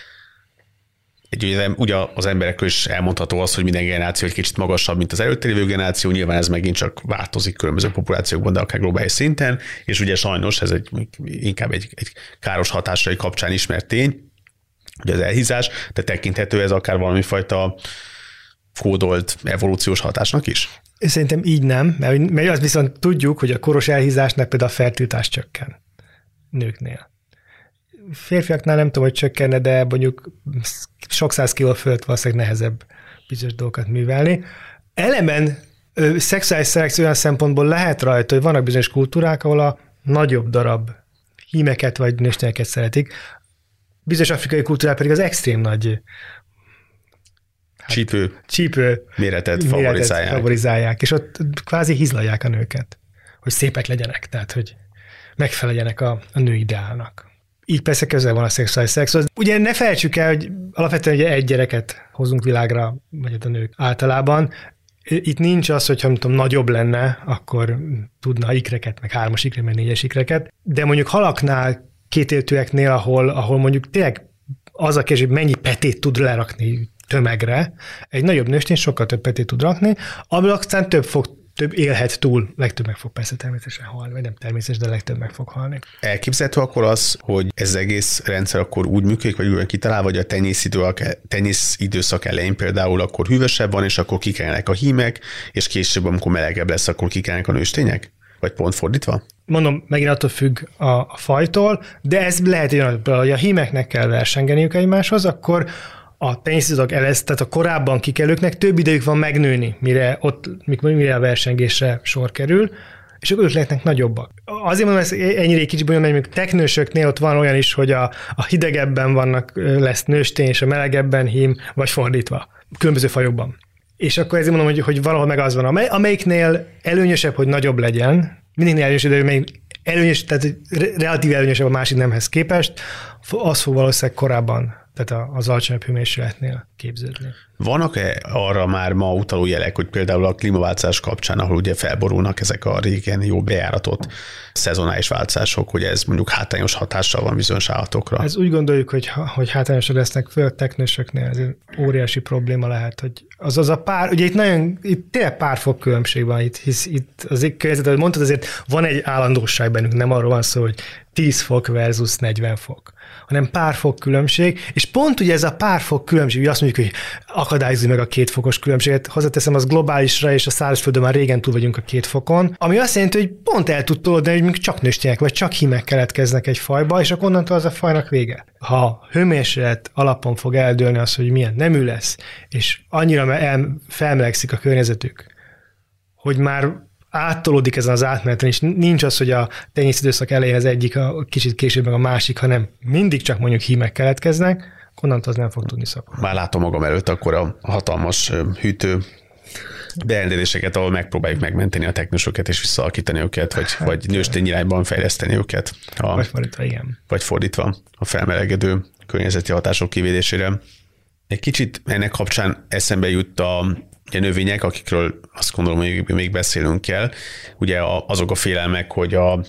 Ugye az emberekről is elmondható az, hogy minden generáció egy kicsit magasabb, mint az előtte lévő generáció, nyilván ez megint csak változik különböző populációkban, de akár globális szinten, és ugye sajnos ez inkább egy káros hatásai kapcsán ismert tény, ugye az elhízás, de tekinthető ez akár valami fajta kódolt evolúciós hatásnak is? Szerintem így nem, mert azt viszont tudjuk, hogy a koros elhízásnak például a fertilitás csökken nőknél. Férfiaknál nem tudom, hogy csökkenne, de mondjuk sok száz kiló fölött valószínűleg nehezebb bizonyos dolgokat művelni. Elemen szexuális szelekció olyan szempontból lehet rajta, hogy vannak bizonyos kultúrák, ahol a nagyobb darab hímeket vagy nőstényeket szeretik. Bizonyos afrikai kultúrák pedig az extrém nagy csípő méretet favorizálják. És ott kvázi hizlalják a nőket, hogy szépek legyenek, tehát hogy megfeleljenek a nő ideálnak. Így persze közel van a szexuális szexuális. Ugye ne felejtsük el, hogy alapvetően ugye egy gyereket hozunk világra, vagy a nők általában. Itt nincs az, hogy ha nagyobb lenne, akkor tudna ikreket, meg 3-as ikreket, meg 4-es ikreket. De mondjuk halaknál, kétéltőeknél, ahol mondjuk tényleg az a kérdés, hogy mennyi petét tud lerakni tömegre, egy nagyobb nőstény sokkal több petét tud rakni, abból aztán több élhet túl, legtöbb meg fog persze természetesen halni, vagy nem természetes, de legtöbb meg fog halni. Elképzelhető akkor az, hogy ez az egész rendszer akkor úgy működik, vagy úgy kitalál, vagy a tenyész időszak elején például akkor hűvösebb van, és akkor kikelnek a hímek, és később, amikor melegebb lesz, akkor kikelnek a nőstények? Vagy pont fordítva? Mondom, megint attól függ a fajtól, de ez lehet, hogy a hímeknek kell versengeniük egymáshoz, akkor a tenyésztők tehát a korábban kikelőknek több idejük van megnőni, mire a versengésre sor kerül, és akkor ők lehetnek nagyobbak. Azért mondom, ez ennyire egy kicsit bonyolult, mert teknősöknél ott van olyan is, hogy a hidegebben lesz nőstény, és a melegebben hím, vagy fordítva, különböző fajokban. És akkor ezért mondom, hogy valahol meg az van, amelyiknél előnyösebb, hogy nagyobb legyen, mindegynél előnyösebb, de még előnyös, tehát relatív előnyösebb a másik nemhez képest, az fog valószínűleg korábban, tehát az alacsonyabb hőmérsékletnél képződni. Vannak-e arra már ma utaló jelek, hogy például a klímaváltozás kapcsán, ahol ugye felborulnak ezek a régen jó bejáratott szezonális változások, hogy ez mondjuk hátrányos hatással van bizonyos állatokra? Ez úgy gondoljuk, hogy hátrányosak lesznek, főleg teknősöknél, ez egy óriási probléma lehet, hogy az a pár, ugye itt tényleg pár fok különbség van, itt az környezet, ahogy mondtad, azért van egy állandóság bennünk, nem arról van szó, hogy 10 fok versus 40 fok, hanem pár fok különbség, és pont ugye ez a pár fok különbség, ugye azt mondjuk, hogy akadályozni meg a 2 fokos különbséget, hozzáteszem, az globálisra, és a szárazföldön már régen túl vagyunk a 2 fokon, ami azt jelenti, hogy pont el tud tolódni, hogy csak nőstények, vagy csak hímek keletkeznek egy fajba, és akkor onnantól az a fajnak vége. Ha hőmérséklet alapon fog eldőlni az, hogy milyen nemű lesz, és annyira felmelegszik a környezetük, hogy már áttolódik ezen az átmeneten, és nincs az, hogy a tenyésztőidőszak elején az egyik, a kicsit később meg a másik, hanem mindig csak mondjuk hímek keletkeznek, onnantól az nem fog tudni szaporodni. Már látom magam előtt akkor a hatalmas hűtő berendeléseket, ahol megpróbáljuk megmenteni a teknősöket és visszaalakítani őket, vagy nőstény irányban fejleszteni őket. Vagy fordítva, igen. Vagy fordítva a felmelegedő környezeti hatások kivédésére. Egy kicsit ennek kapcsán eszembe jut a növények, akikről azt gondolom, hogy még beszélünk kell. Ugye azok a félelmek, hogy a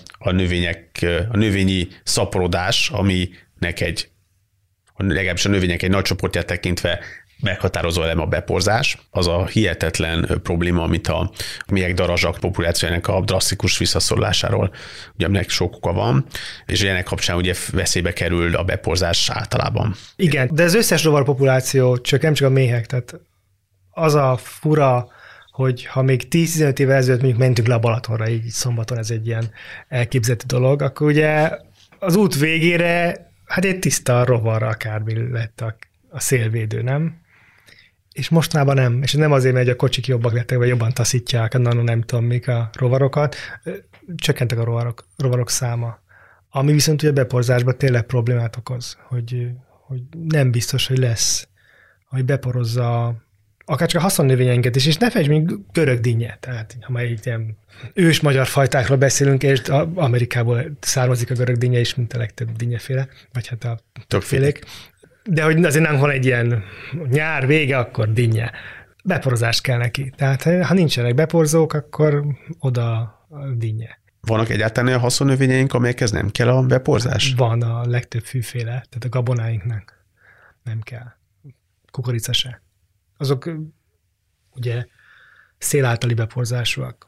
növényi szaporodás, aminek legalábbis a növények egy nagy csoportját tekintve meghatározó elem a beporzás, az a hihetetlen probléma, amit a méhek, darazsak populációjának a drasztikus visszaszorulásáról, ugye aminek sok oka van, és ennek kapcsán ugye veszélybe kerül a beporzás általában. Igen, de az összes rovarpopuláció, nem csak a méhek, tehát az a fura, hogy ha még 10-15 évvel ezelőtt mondjuk mentünk le a Balatonra, így szombaton ez egy ilyen elképzelhető dolog, akkor ugye az út végére hát egy tiszta rovarra akármi lett a szélvédő, nem? És mostanában nem. És nem azért, mert a kocsik jobbak lettek, vagy jobban taszítják, nem tudom mik a rovarokat. Csökkentek a rovarok száma. Ami viszont ugye beporzásban tényleg problémát okoz, hogy nem biztos, hogy lesz, hogy beporozza akár csak a haszonnövényeinket is, és ne felejtsd még görög dinnye. Tehát, ha már itt ilyen ős magyar fajtákról beszélünk, és Amerikából származik a görög dinnye is, mint a legtöbb dinnyeféle, vagy hát a többfélék. De hogy azért nem van egy ilyen nyár vége, akkor dinnye. Beporozás kell neki. Tehát ha nincsenek beporzók, akkor oda a dinnye. Vannak egyáltalán olyan haszonnövényeink, amelyekhez nem kell a beporzás? Van a legtöbb fűféle, tehát a gabonáinknak nem kell. Kukorica se. Azok ugye szél általi beporzásúak.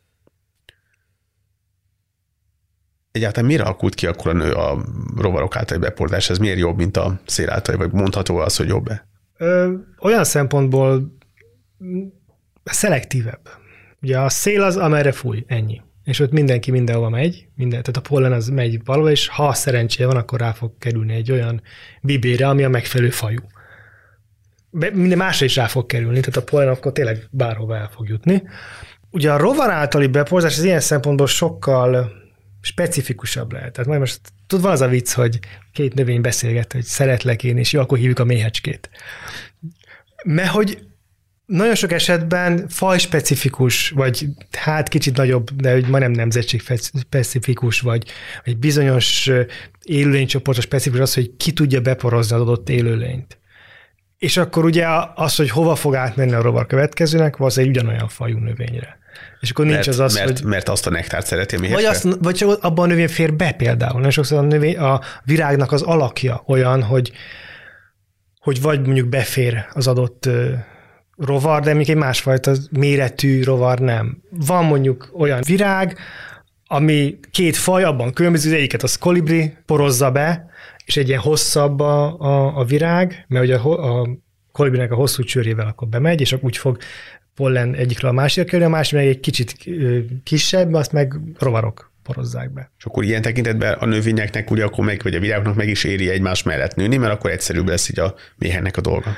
Egyáltalán mire alakult ki akkor a rovarok általi beporzás? Ez miért jobb, mint a szél általi, vagy mondható az, hogy jobb-e? Olyan szempontból szelektívebb. Ugye a szél az, amerre fúj, ennyi. És ott mindenki mindenhova megy, tehát a pollen az megy valahol, és ha szerencséje van, akkor rá fog kerülni egy olyan bibére, ami a megfelelő fajú. Minden másra is rá fog kerülni, tehát a pollen akkor tényleg bárhova el fog jutni. Ugye a rovar általi beporzás az ilyen szempontból sokkal specifikusabb lehet. Tehát majd most van az a vicc, hogy két növény beszélget, hogy szeretlek én, és jó, akkor hívjuk a méhecskét. Mert hogy nagyon sok esetben fajspecifikus, vagy hát kicsit nagyobb, de majdnem nemzetségspecifikus, vagy egy bizonyos élőlénycsoportos specifikus az, hogy ki tudja beporozni az adott élőlényt. És akkor ugye az, hogy hova fog átmenni a rovar következőnek, valószínűleg egy ugyanolyan fajú növényre. És akkor nincs mert azt a nektárt szereti a méhecske? Vagy csak abban a növény fér be például. Nagyon sokszor a virágnak az alakja olyan, hogy vagy mondjuk befér az adott rovar, de még egy másfajta méretű rovar nem. Van mondjuk olyan virág, ami két faj, abban különböző, egyiket az kolibri porozza be, és egy ilyen hosszabb a virág, mert ugye a kolibrinek a hosszú csőrével akkor bemegy, és akkor úgy fog pollen egyikről a másikra kerülni, a másik meg egy kicsit kisebb, azt meg rovarok porozzák be. És akkor ilyen tekintetben a növényeknek ugye akkor vagy a virágoknak meg is éri egymás mellett nőni, mert akkor egyszerűbb lesz így a méhennek a dolga.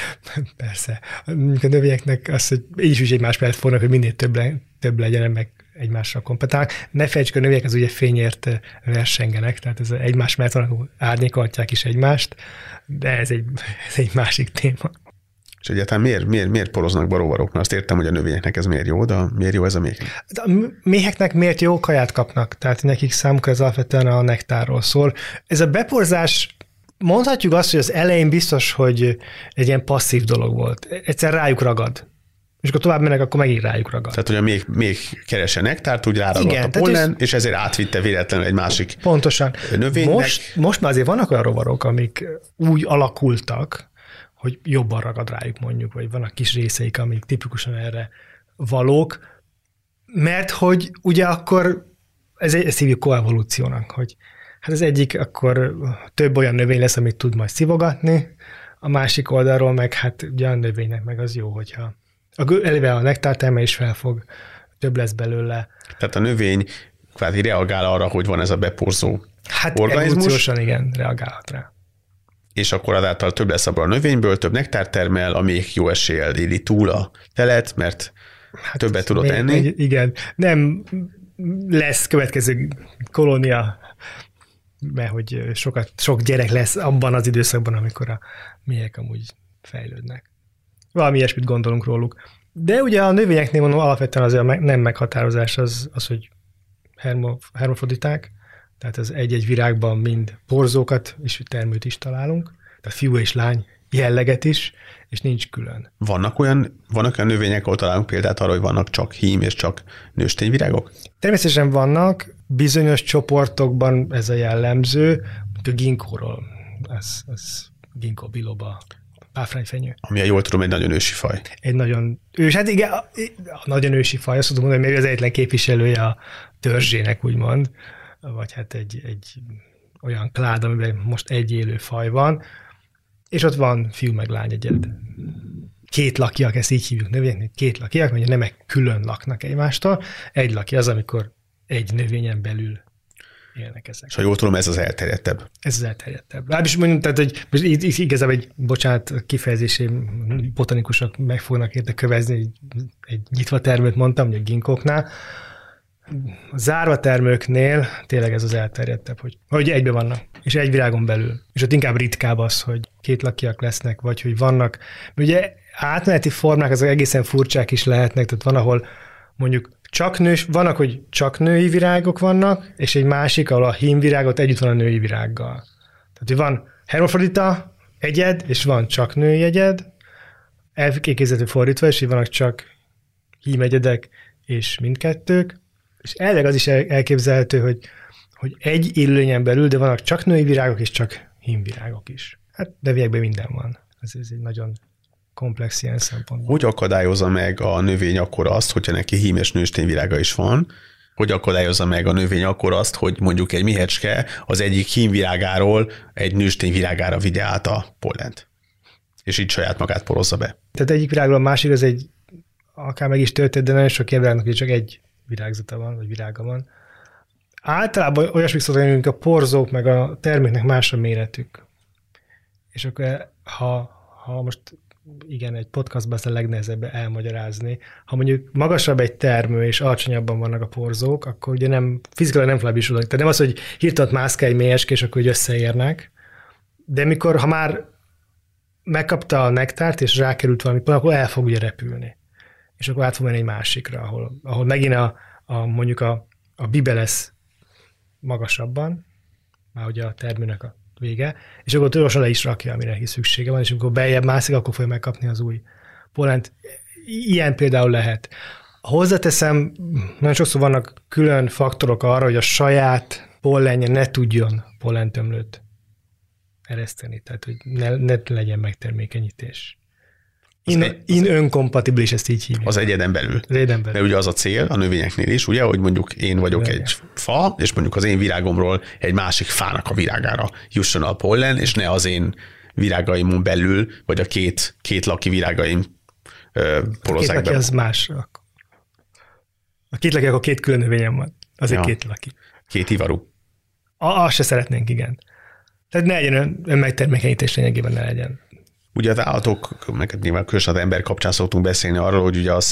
Persze. A növényeknek az, hogy így is egymás mellett fognak, hogy minél több legyen, meg egymásra kompetálnak. Ne felejtsük, a növények az ugye fényért versengenek, tehát ez egymás mellett vannak, árnyékolhatják is egymást, de ez egy másik téma. És egyáltalán miért poroznak be rovarok? Mert azt értem, hogy a növényeknek ez miért jó, de miért jó ez a méheknek? A méheknek miért jó? Kaját kapnak, tehát nekik számukra ez alapvetően a nektárról szól. Ez a beporzás, mondhatjuk azt, hogy az elején biztos, hogy egy ilyen passzív dolog volt. Egyszer rájuk ragad. És akkor tovább mennek, akkor megint rájuk ragad. Tehát, hogy a még keresse nektárt, úgy ráragadt a pollen, és ezért átvitte véletlenül egy másik pontosan. Növénynek. Most már azért vannak olyan rovarok, amik úgy alakultak, hogy jobban ragad rájuk mondjuk, vagy vannak kis részeik, amik tipikusan erre valók, mert hogy ugye akkor ezt hívjuk koevolúciónak, hogy hát az egyik akkor több olyan növény lesz, amit tud majd szivogatni, a másik oldalról meg hát ugye a növénynek meg az jó, hogyha eleve a nektártermelés felfog, több lesz belőle. Tehát a növény kvázi reagál arra, hogy van ez a beporzó organizmus. Evolúciósan igen, reagálhat rá. És akkor azáltal több lesz abban a növényből, több nektár termel, a méh jó eséllyel éli túl a telet, mert többet tudott enni. Igen, nem lesz következő kolónia, mert hogy sok gyerek lesz abban az időszakban, amikor a méhek amúgy fejlődnek. Valami ilyesmit gondolunk róluk. De ugye a növényeknél mondom, alapvetően azért a nem meghatározás az hogy hermafroditák, tehát az egy-egy virágban mind porzókat és termőt is találunk, tehát fiú és lány jelleget is, és nincs külön. Vannak olyan növények, ahol találunk példát arra, hogy vannak csak hím és csak nőstényvirágok? Természetesen vannak, bizonyos csoportokban ez a jellemző, mint a ginkóról, ez ginkgo biloba, páfrányfenyő. Ami, jól tudom, egy nagyon ősi faj. Egy nagyon ősi, hát igen, a nagyon ősi faj, azt tudom mondani, hogy még az egyetlen képviselője a törzsének, úgymond, vagy hát egy olyan klád, amiben most egy élő faj van, és ott van fiú meg lány egyed. Két lakiak, ezt így hívjuk növényeknek, két lakiak, mert a nemek külön laknak egymástól. Egy laki az, amikor egy növényen belül élnek ezek. És ha jól tudom, ez az elterjedtebb. Ez az elterjedtebb. Lábbis mondjuk, tehát, hogy igazából bocsánat, kifejezésém botanikusok meg fognak érte kövezni, egy nyitva termőt mondtam, hogy a ginkóknál. A zárva termőknél tényleg ez az elterjedtebb, hogy egybe vannak, és egy virágon belül. És ott inkább ritkább az, hogy két lakiak lesznek, vagy hogy vannak. Ugye átmeneti formák azok egészen furcsák is lehetnek, tehát van, ahol mondjuk vannak, hogy csak női virágok vannak, és egy másik, ahol a hímvirágot együtt van a női virággal. Tehát, hogy van hermafrodita egyed, és van csak női egyed, elkészíthető fordítva, és így vannak csak hímegyedek, és mindkettők, és elvileg az is elképzelhető, hogy egy élőlényen belül, de vannak csak női virágok, és csak hímvirágok is. Hát növényekben minden van. Ez egy nagyon komplex ilyen szempontból. Hogy akadályozza meg a növény akkor azt, hogyha neki hím és nőstényvirága is van? Hogy akadályozza meg a növény akkor azt, hogy mondjuk egy méhecske az egyik hímvirágáról egy nőstényvirágára vigye át a pollent? És így saját magát porozza be. Tehát egyik virágról a másik, az egy akár meg is történt, de nagyon sok ilyen virágnak, hogy csak egy virágzata van, vagy virága van. Általában olyasmik szoktak, mint a porzók, meg a terméknek más a méretük. És akkor ha most igen, egy podcastban ezt a legnehezebb elmagyarázni. Ha mondjuk magasabb egy termő, és alacsonyabban vannak a porzók, akkor ugye nem, fizikailag nem flábisodnak. Tehát nem az, hogy hirtelen mászkál egy méheske, és akkor úgy összeérnek. De ha már megkapta a nektárt, és rákerült valami pont, akkor el fog ugye repülni. És akkor át fog menni egy másikra, ahol megint mondjuk a bibe lesz magasabban, már ugye a termőnek a vége, és akkor gyorsan le is rakja, amire neki szüksége van, és amikor beljebb mászik, akkor fogja megkapni az új pollent. Ilyen például lehet. Hozzáteszem, nagyon sokszor vannak külön faktorok arra, hogy a saját pollenje ne tudjon pollentömlőt ereszteni, tehát hogy ne legyen megtermékenyítés. Inkompatibilis, ezt így hívják. Az egyeden belül. Mert ugye az a cél a növényeknél is, ugye, hogy mondjuk én vagyok egy fa, és mondjuk az én virágomról egy másik fának a virágára jusson a pollen, és ne az én virágaimon belül, vagy a két laki virágaim porozzák be. A két laki az más. A két laki, akkor két külön növényem van. Azért két laki. Két ivarú. Azt se szeretnénk, igen. Tehát ne legyen önmegtermékenyítés, lényegében ne legyen. Ugye az állatok, meg nyilván különösen az ember kapcsán szoktunk beszélni arról, hogy ugye a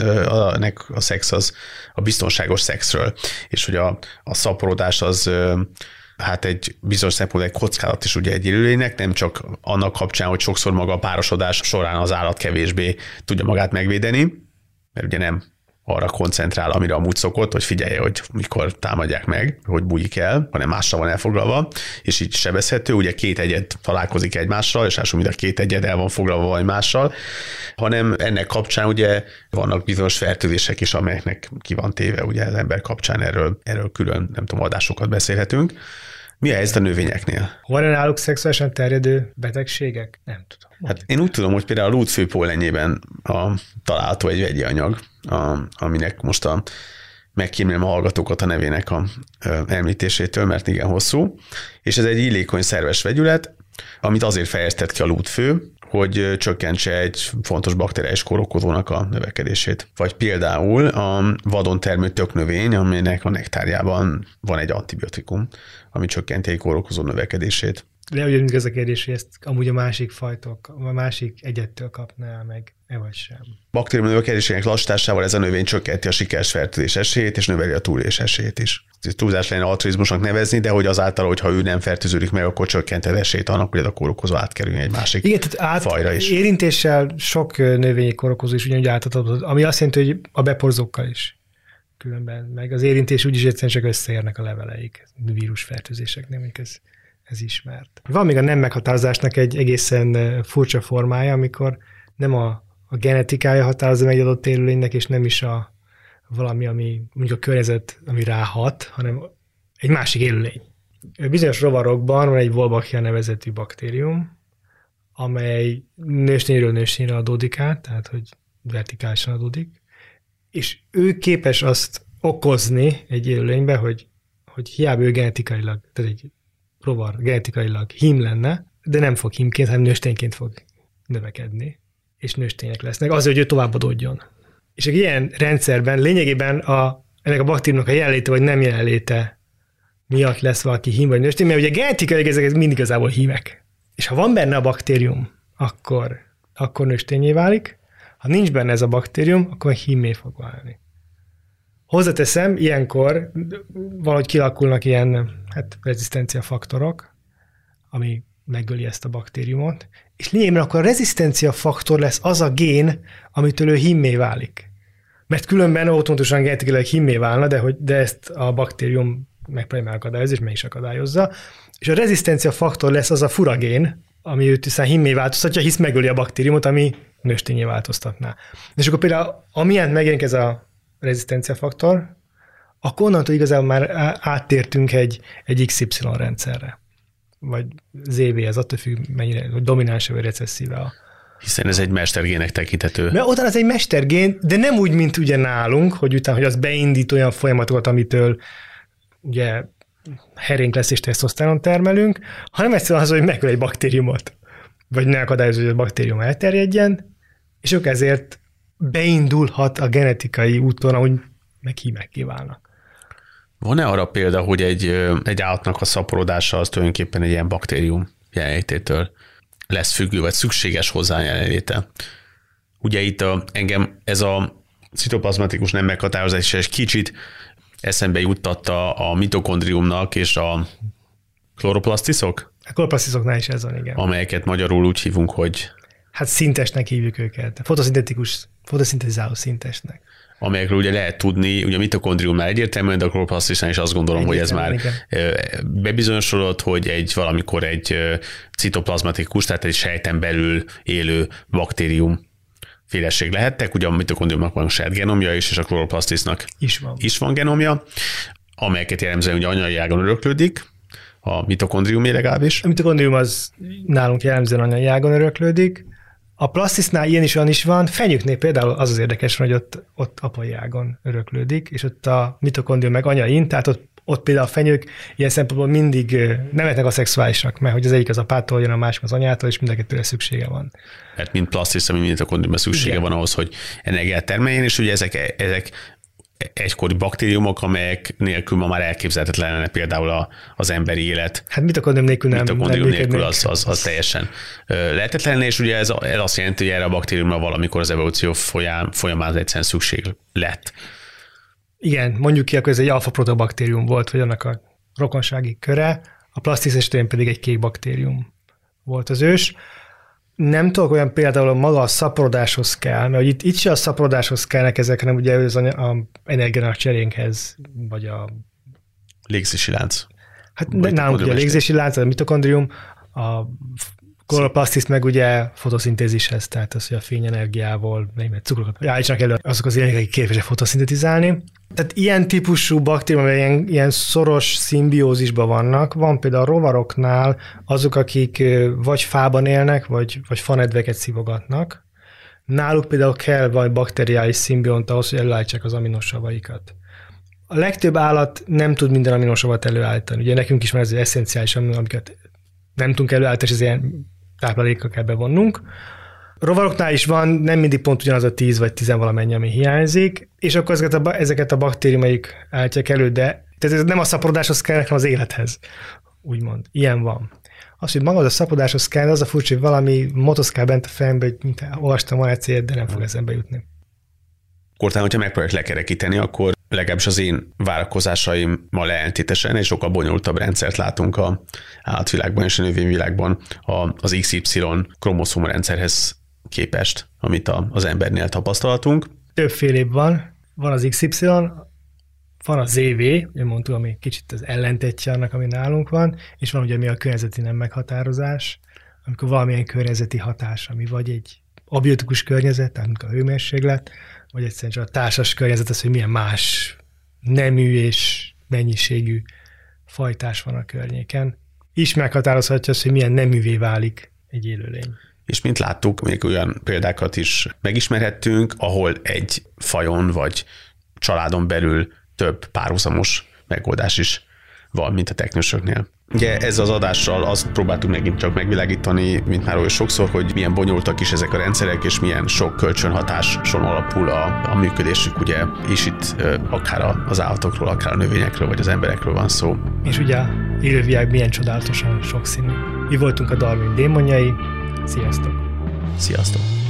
szex az a biztonságos szexről, és hogy a szaporodás az hát egy bizonyos szempontból egy kockázat is ugye egy élőlénynek, nem csak annak kapcsán, hogy sokszor maga a párosodás során az állat kevésbé tudja magát megvédeni, mert ugye nem arra koncentrál, amire amúgy szokott, hogy figyelje, hogy mikor támadják meg, hogy bújik el, hanem mással van elfoglalva, és így sebezhető, ugye két egyed találkozik egymással, és mind a két egyed el van foglalva valami mással, hanem ennek kapcsán ugye vannak bizonyos fertőzések is, amelyeknek ki van téve, ugye az ember kapcsán erről külön, nem tudom, adásokat beszélhetünk. Mi a helyzet a növényeknél? Van-e náluk szexuálisan terjedő betegségek? Nem tudom. Hát én úgy tudom, hogy például a lúdfő pólenjében található egy vegyi anyag, aminek most megkímélem a hallgatókat a nevének a említésétől, mert igen hosszú, és ez egy illékony szerves vegyület, amit azért fejeztet ki a lúdfő, hogy csökkentse egy fontos bakteriális kórokozónak a növekedését. Vagy például a vadon termő töknövény, aminek a nektárjában van egy antibiotikum, ami csökkenti egy kórokozó növekedését. De ugye mindig ez a kérdés, hogy ezt amúgy a másik fajtok, a másik egyettől kapná meg, vagy sem. Baktérium növekedésének lassításával ez a növény csökkenti a sikeres fertőzés esélyét, és növeli a túlélés esélyét is. Ez túlzás lenne altruizmusnak nevezni, de hogy azáltal, hogyha ő nem fertőződik meg, akkor csökkenti az esélyt annak, hogy ez a kórokozó átkerüljön egy másik fajra is. Érintéssel sok növényi kórokozó is ugyanúgy átadható, ami azt jelenti, hogy a beporzókkal is különben, meg az érintés úgyis egyszerűen csak összeérnek a leveleik, vírusfertőzéseknél, mondjuk ez ismert. Van még a nem meghatározásnak egy egészen furcsa formája, amikor nem a genetikája határozza meg egy adott élőlénynek, és nem is valami, ami mondjuk a környezet, ami ráhat, hanem egy másik élőlény. Bizonyos rovarokban van egy Wolbachia nevezetű baktérium, amely nőstényről nőstényre adódik át, tehát hogy vertikálisan adódik, és ő képes azt okozni egy élőlénybe, hogy hiába ő genetikailag, tehát egy rovar genetikailag hím lenne, de nem fog hímként, hanem nőstényként fog növekedni, és nőstények lesznek, azért, hogy ő továbbadódjon. És egy ilyen rendszerben lényegében ennek a baktériumnak a jelenléte vagy nem jelenléte miatt lesz valaki hím vagy nőstény, mert ugye genetikailag ezek mind igazából hímek. És ha van benne a baktérium, akkor nőstényé válik, ha nincs benne ez a baktérium, akkor meg hímmé fog válni. Hozzáteszem, ilyenkor valahogy kialakulnak ilyen rezisztencia faktorok, ami megöli ezt a baktériumot, és lényegében akkor a rezisztencia faktor lesz az a gén, amitől ő hímmé válik. Mert különben automatikusan genetikailag hímmé válna, de ezt a baktérium megpróbálja megakadályozni, és meg is akadályozza. És a rezisztencia faktor lesz az a fura gén, ami őt hiszen hímmé változtatja, hisz megöli a baktériumot, ami nőstényé változtatná. És akkor például amilyen megjelenik ez a rezisztencia faktor, akkor onnantól igazából már áttértünk egy XY rendszerre. Vagy ZV, ez attól függ, mennyire domináns vagy recesszíve. Hiszen ez egy mestergének tekinthető. Mert utána ez egy mestergén, de nem úgy, mint ugye nálunk, hogy utána, hogy az beindít olyan folyamatokat, amitől ugye herénk lesz és tesztoszteron termelünk, hanem egyszerűen az, hogy megöl egy baktériumot, vagy ne akadályozza, hogy a baktérium elterjedjen, és ők ezért beindulhat a genetikai úton, ahogy meg hímekké válnak. Van-e arra példa, hogy egy állatnak a szaporodása az tulajdonképpen egy ilyen baktérium jelenlététől lesz függő, vagy szükséges hozzá jelenléte? Ugye itt engem ez a citoplazmatikus nem meghatározás egy kicsit eszembe juttatta a mitokondriumnak és a kloroplasztiszok? A kloroplasztiszoknál is ez van, igen. Amelyeket magyarul úgy hívunk, hogy... Hát szintesnek hívjuk őket. Fotoszintetizáló szintesnek. Amelyekről ugye lehet tudni, ugye a mitokondriumnál egyértelműen, de a kloroplasztisztán is azt gondolom, hogy ez már bebizonyosodott, hogy valamikor egy citoplazmatikus, tehát egy sejten belül élő baktérium féleség lehettek. Ugye a mitokondriumnak van saját genomja is, és a kloroplasztisznak is van genomja, amelyeket jellemzően ugye anyai ágon öröklődik, a mitokondriumé legalábbis. A mitokondrium az nálunk jellemzően anyai ágon öröklődik. A plasztisznál ilyen is olyan is van, fenyőknél például az érdekes, hogy ott apai ágon öröklődik, és ott a mitokondrium meg anyain, tehát ott például a fenyők ilyen szempontból mindig nem lehetnek a szexuálisak, mert hogy az egyik az apától jön, a másik az anyától, és mind a kettőre szüksége van. Mert mint plasztisz, ami mitokondriumban szüksége van ahhoz, hogy energiát termeljen, és ugye ezek egykori baktériumok, amelyek nélkül ma már elképzelhetetlen lenne például az emberi élet. Hát mitokondrium nélkül nem. Mitokondrium nélkül az teljesen lehetetlen, és ugye ez azt jelenti, hogy erre a baktériumra valamikor az evolúció folyamán egyszerűen szükség lett. Igen, mondjuk ki, akkor ez egy alfa-protobaktérium volt, vagy annak a rokonsági köre, a Plastis esetén pedig egy kék baktérium volt az ős. Nem tudok olyan például maga a szaporodáshoz kell, mert itt se a szaporodáshoz kellnek ezek, hanem ugye az energiának cserénkhez, vagy a... Légzési lánc. Hát nálunk ugye a légzési lánc, a mitokondrium, a kloroplasztis meg ugye fotoszintézishez, tehát az, hogy a fényenergiával cukrokat állítsanak elő azok az élőlények, akik képesek fotoszintetizálni. Tehát ilyen típusú baktérium, amelyek ilyen szoros szimbiózisban vannak, van például a rovaroknál azok, akik vagy fában élnek, vagy fanedveket szívogatnak. Náluk például kell vagy bakteriális szimbiont ahhoz, hogy előállítsák az aminosavaikat. A legtöbb állat nem tud minden aminosavat előállítani. Ugye nekünk is van ez az eszenciális aminosav, amiket nem tudunk előállítani, és az ilyen táplálékkal kell bevonnunk. A rovaroknál is van, nem mindig pont ugyanaz a 10 vagy 10 valamennyi, ami hiányzik, és akkor ezeket a baktériumaik állítják elő, de tehát ez nem a szaporodáshoz kell, hanem az élethez, úgymond. Ilyen van. Az, hogy maga az a szaporodáshoz kell, az a furcsa, hogy valami motoszkál bent a fejembe, hogy mint olvastam a EC-t, de nem fog eszembe jutni. Kortán, hogyha megpróbálják lekerekíteni, akkor legalábbis az én várakozásaimmal ellentétesen egy sokkal bonyolultabb rendszert látunk az állatvilágban és a növényvilágban az XY kromoszóm rendszerhez képest, amit az embernél tapasztaltunk. Többfélébb van. Van az XY, van a ZV, ugye mondtuk, ami kicsit az ellentetje annak, ami nálunk van, és van ugye mi a környezeti nem meghatározás, amikor valamilyen környezeti hatás, ami vagy egy abiotikus környezet, tehát a hőmérséklet, vagy egyszerűen csak a társas környezet az, hogy milyen más nemű és mennyiségű fajtás van a környéken. Is meghatározhatja azt, hogy milyen neművé válik egy élőlény. És mint láttuk, még olyan példákat is megismerhettünk, ahol egy fajon vagy családon belül több párhuzamos megoldás is van, mint a teknősöknél. Ugye ez az adással azt próbáltuk megint csak megvilágítani, mint már olyan sokszor, hogy milyen bonyolultak is ezek a rendszerek, és milyen sok kölcsönhatáson alapul a működésük, ugye, és itt akár az állatokról, akár a növényekről, vagy az emberekről van szó. És ugye a élővilág milyen csodálatosan sokszínű. Mi voltunk a Darwin démonjai. Sziasztok! Sziasztok!